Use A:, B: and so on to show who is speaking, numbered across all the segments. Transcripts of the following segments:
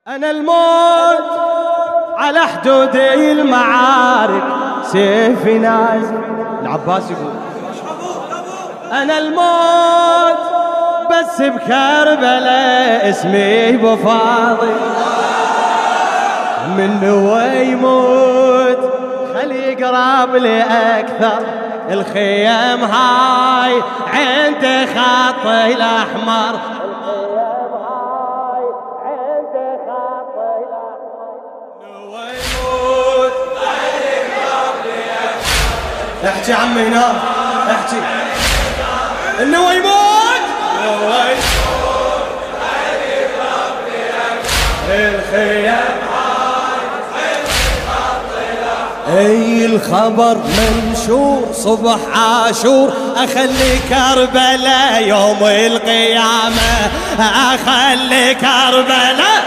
A: أنا الموت على حدود المعارك سيفي نازل. العباس يقول أنا الموت بس بكربلاء اسمي ابو فاضل. من هو يموت خلي يقرب لي أكثر. الخيام هاي عند خط الأحمر. احكي عمي نار احكي انه يموت الخيام. اي الخبر منشور صبح عاشور. اخلي كربلاء يوم القيامة. اخلي كربلاء.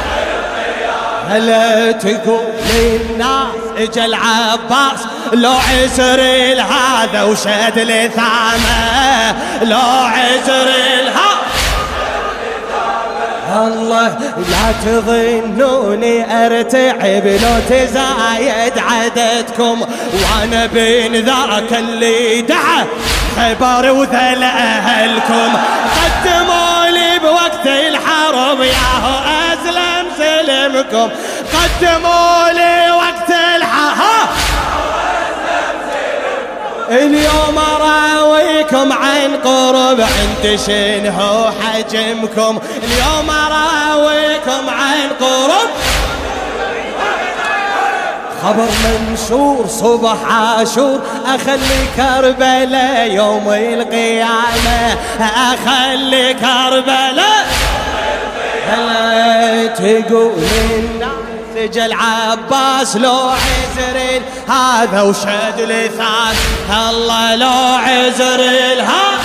A: هلا تقول للناس اجا العباس لو عسر هذا وشد لثامه. لو عسر هذا الله لا تظنوني ارتعب لو تزايد عددكم. وانا بين ذاك اللي دعا خبر وذل اهلكم. قدموا لي بوقت الحرب ياهو اسلم سلمكم. قدموا لي وقت الحرب اليوم اراويكم عن قرب. عند شنو حجمكم اليوم اراويكم عن قرب. خبر منشور صبح عاشور. اخلي كربلاء يوم القيامة. اخلي كربلاء. هلا تقول الناس اجا العباس لو عزر هذا وشد لثان. الله لو عزر هذا.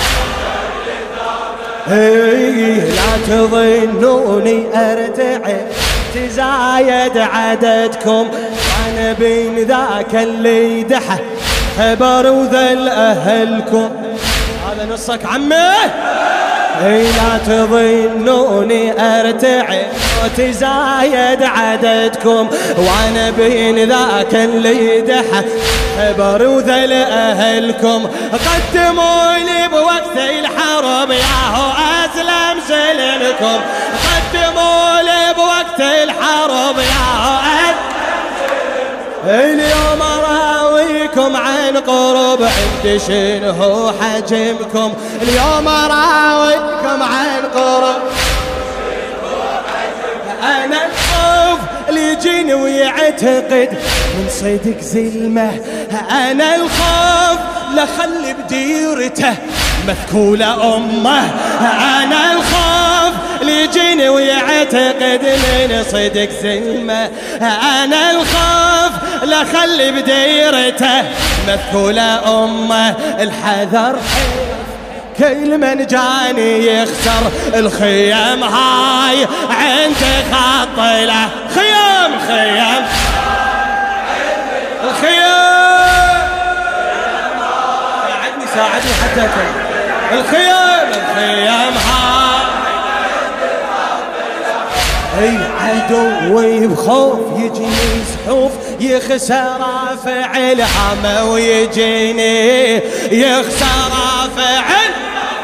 A: لا تظنوني ارتعب تزايد عددكم. وانا بين ذاك اللي دحى خبر وذل اهلكم. هذا نصك عمي. لا تظنوني ارتعب وتزايد عددكم. وانا بين ذاك اللي دحى خبر وذل اهلكم. قدموا لي بوقت الحرب ياهو اسلم سلمكم. قدموا لي بوقت الحرب ياهو اسلم سلمكم. اليوم اراويكم عن قرب. عند شنو حجمكم اليوم اراويكم عن قرب. انا الخوف اللي يجيني ويعتقد من صدق زلمه. انا الخوف لخلي بديرته مثكوله امه. انا الخوف اللي يجيني ويعتقد من صدق زلمه. انا الخوف لخلي بديرته مثكوله امه. الحذر كل من جاني يخسر. الخيام هاي عند خط له. خيام خيام الخيام. ساعدني حتى أكمل. الخيام هاي اي عدوي بخوف يجيني سحوف يخسر فعل عمى. ويجيني يخسر فعل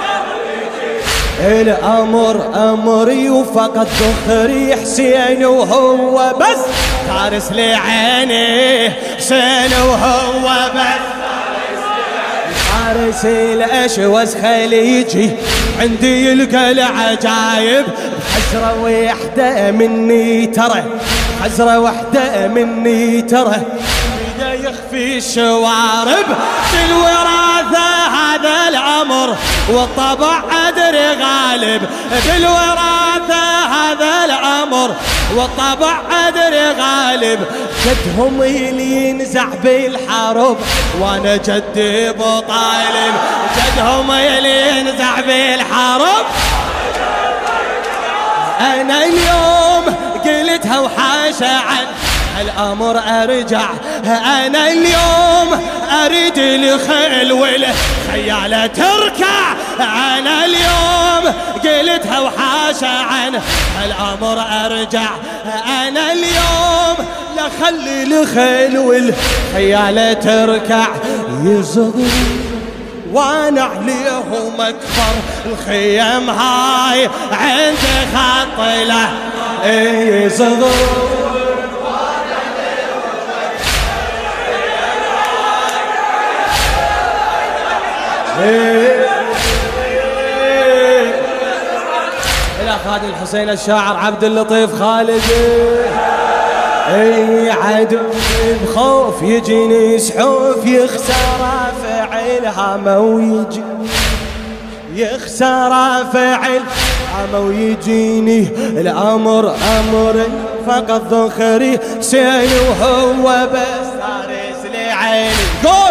A: الامر امري. وفقد ذخري حسين وهو بس فارس لعيني. حسين وهو بس فارس الاشوس خليجي. عندي يلقى العجايب حزرة وحدة مني ترى. حزرة وحدة مني ترى. بدا يخفي الشوارب بالوراثة هذا الأمر. والطبع أدري غالب بالوراثة هذا الأمر. والطبع أدري غالب. جدهم اللي ينزع بالحرب وانا جدي ابو طالب. جدهم اللي ينزع بالحرب. انا اليوم قلتها وحاشا عن هالأمر أرجع أنا اليوم أريد الخيل والخيالة تركع أنا اليوم قلتها وحاشا عنه هالأمر أرجع أنا اليوم لخلي الخيل والخيالة تركع يصغر وانا عليهم اكبر الخيم هاي عند خط له يصغر الأخ هادي الحسين الشاعر عبد اللطيف خالد اي عدو بخوف يجيني سحوف يخسر فعلها ما ويجي يخسر فعل ما ويجيني الأمر أمر فقط ذخري سين وهو بس حارس لعيني قول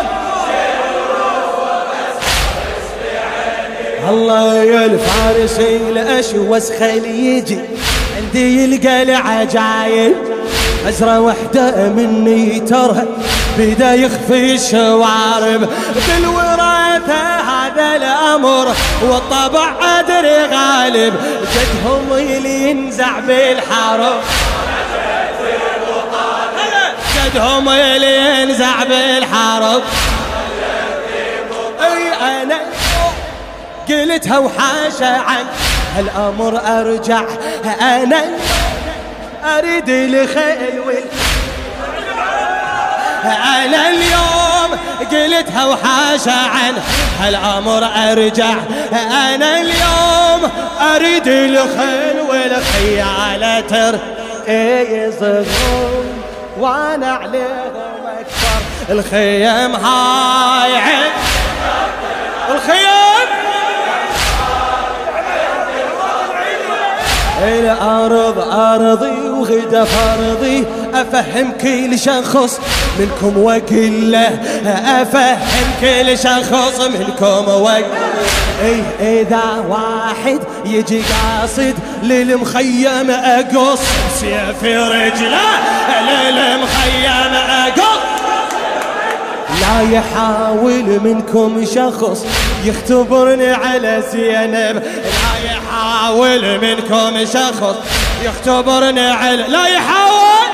A: الله يا الفارس الأشوس خلي يجي عندي يلقى العجايب أزرة وحدة مني ترى بدا يخفي الشوارب بالوراثة هذا الأمر والطبع أدري غالب جدهم اللي ينزع بالحرب جدهم اللي ينزع بالحرب أي أنا قلتها وحاشا عن هالأمر أرجع أنا أريد الخيل أنا اليوم قلتها وحاشا عن هالأمر أرجع أنا اليوم أريد الخيل والخيالة يصغرون وأنا عليهم أكثر الخيم هاي عند الخيم الأرض أرضي وغدا فرضي أفهم كل شخص منكم وكله أفهم كل شخص منكم وكله إذا واحد يجي قاصد للمخيم أقص سيف رجله للمخيم أقص لا يحاول منكم شخص يختبرني على زينب لا يحاول منكم شخص يختبرني على لا يحاول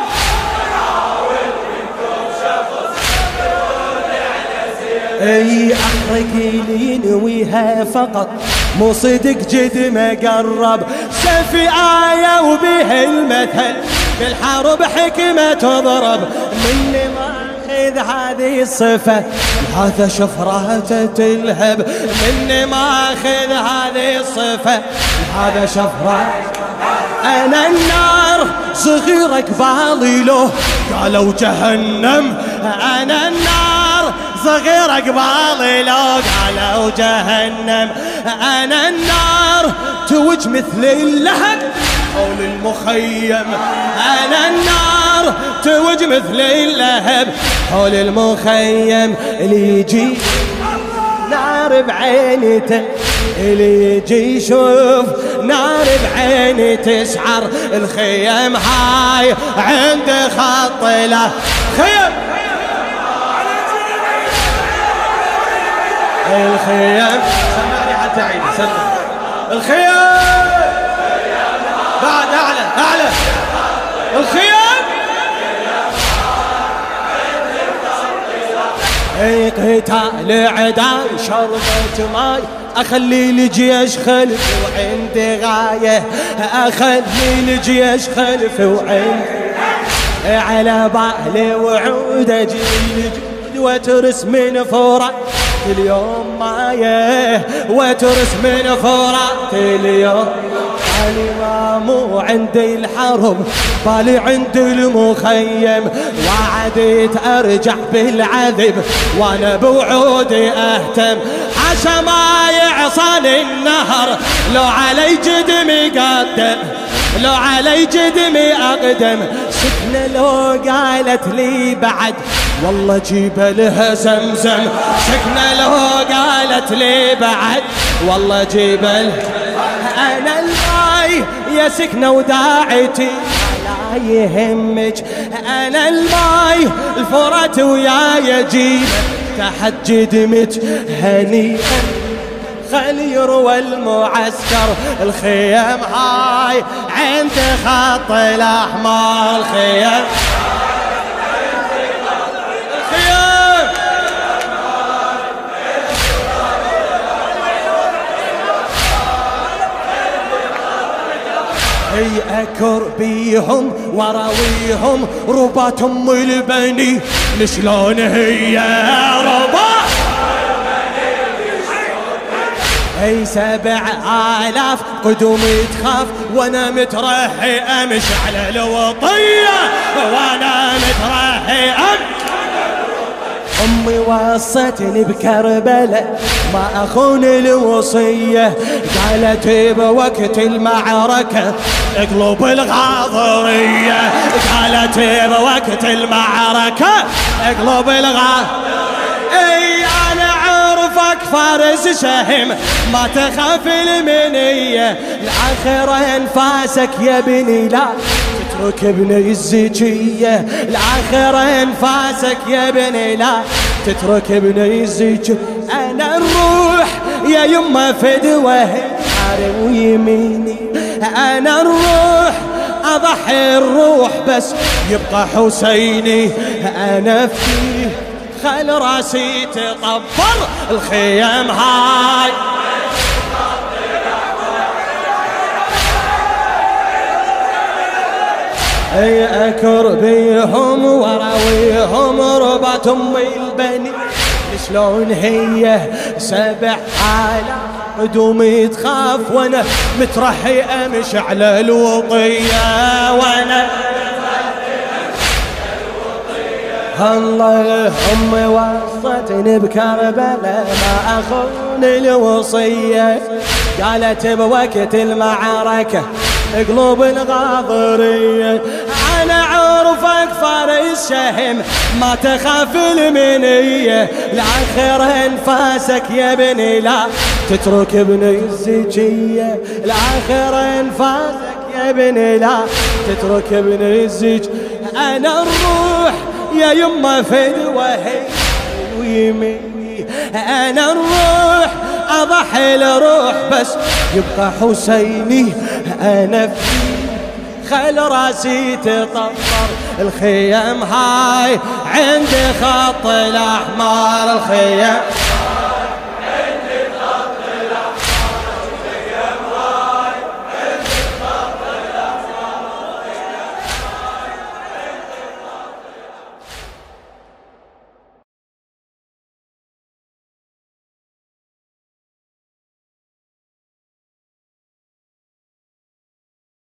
A: منكم شخص يختبرني على زينب اي اخرك ينويها فقط مو صدق جد ما قرب سفي آية وبه المثل بالحرب حكمة تضرب مني ما إذ هذه الصفة هذا شفرة تلهب مني ما أخذ هذه الصفة هذا شفرة أنا النار صغير قبالي له قالوا جهنم أنا النار صغير قبالي له قالوا جهنم أنا النار توج مثل اللهب حول المخيم أنا النار توج مثل اللهب حول المخيم اللي يجي نار بعينته اللي يجي يشوف نار بعيني تسعر الخيم هاي عند خط له خيم الخيم سمعني حتى عيد سمعني الخيم بعد أعلى الخيام اي قتال عداي شربة ماي اخلي الجيش خلفي وعندي غاية اخلي الجيش خلفي وعندي على بالي وعود اجي وترس من فرات اليوم مايه وترس من فرات اليوم بالي مو عندي الحرب بالي عندي المخيم وعديت ارجع بالعذب وانا بوعودي اهتم حاشا ما يعصاني النهر لو علي جدمي قدم لو علي جدمي اقدم سكنة لو قالت لي بعد والله جيب لها زمزم سكنة لو قالت لي بعد والله جيب لها انا الماي يا سكنة وداعتي على يهمك أنا الماي الفرات وياي جيبه تحت جدمك هنيئا خل يروى المعسكر الخيم هاي عند خط الأحمر الخيم هي أكر بيهم وراويهم رباط أم البني شلون هي رباط هي 7000 قدوم تخاف وانا مترهي امش على الوطية وانا مترهي أمي وصتني بكربلاء ما أخون الوصية قالت بوقت المعركة اقلب الغاضرية قالت بوقت المعركة اقلب الغاضرية اي أنا عرفك فارس شهم ما تخاف المنية الآخرة انفاسك يا بني لا تترك ابني الزكية الآخرة انفاسك يا بني لا تترك ابني الزكية أنا الروح يا يما فدوة حاري ويميني أنا الروح أضحي الروح بس يبقى حسيني أنا فيه خل راسي تطفر الخيم هاي اي اكر بيهم وراويهم رباط ام البني شلون هي 7000 قدومي تخاف وانا مترحي امشي على الوطية وانا الله امي وصتني بكربلاء ما اخون الوصية قالت بوقت المعركة قلوب الغاضرية أنا عرفك فارس شهم ما تخاف المنية الآخرة انفاسك يا بني لا تترك ابني الزكية الآخرة انفاسك يا بني لا تترك ابني الزكية أنا الروح يا يما فدوة هي ويميني أنا الروح أضحي الروح بس يبقى حسيني أنا فيه خل راسي تطفر الخيم هاي عند خط الأحمر الخيم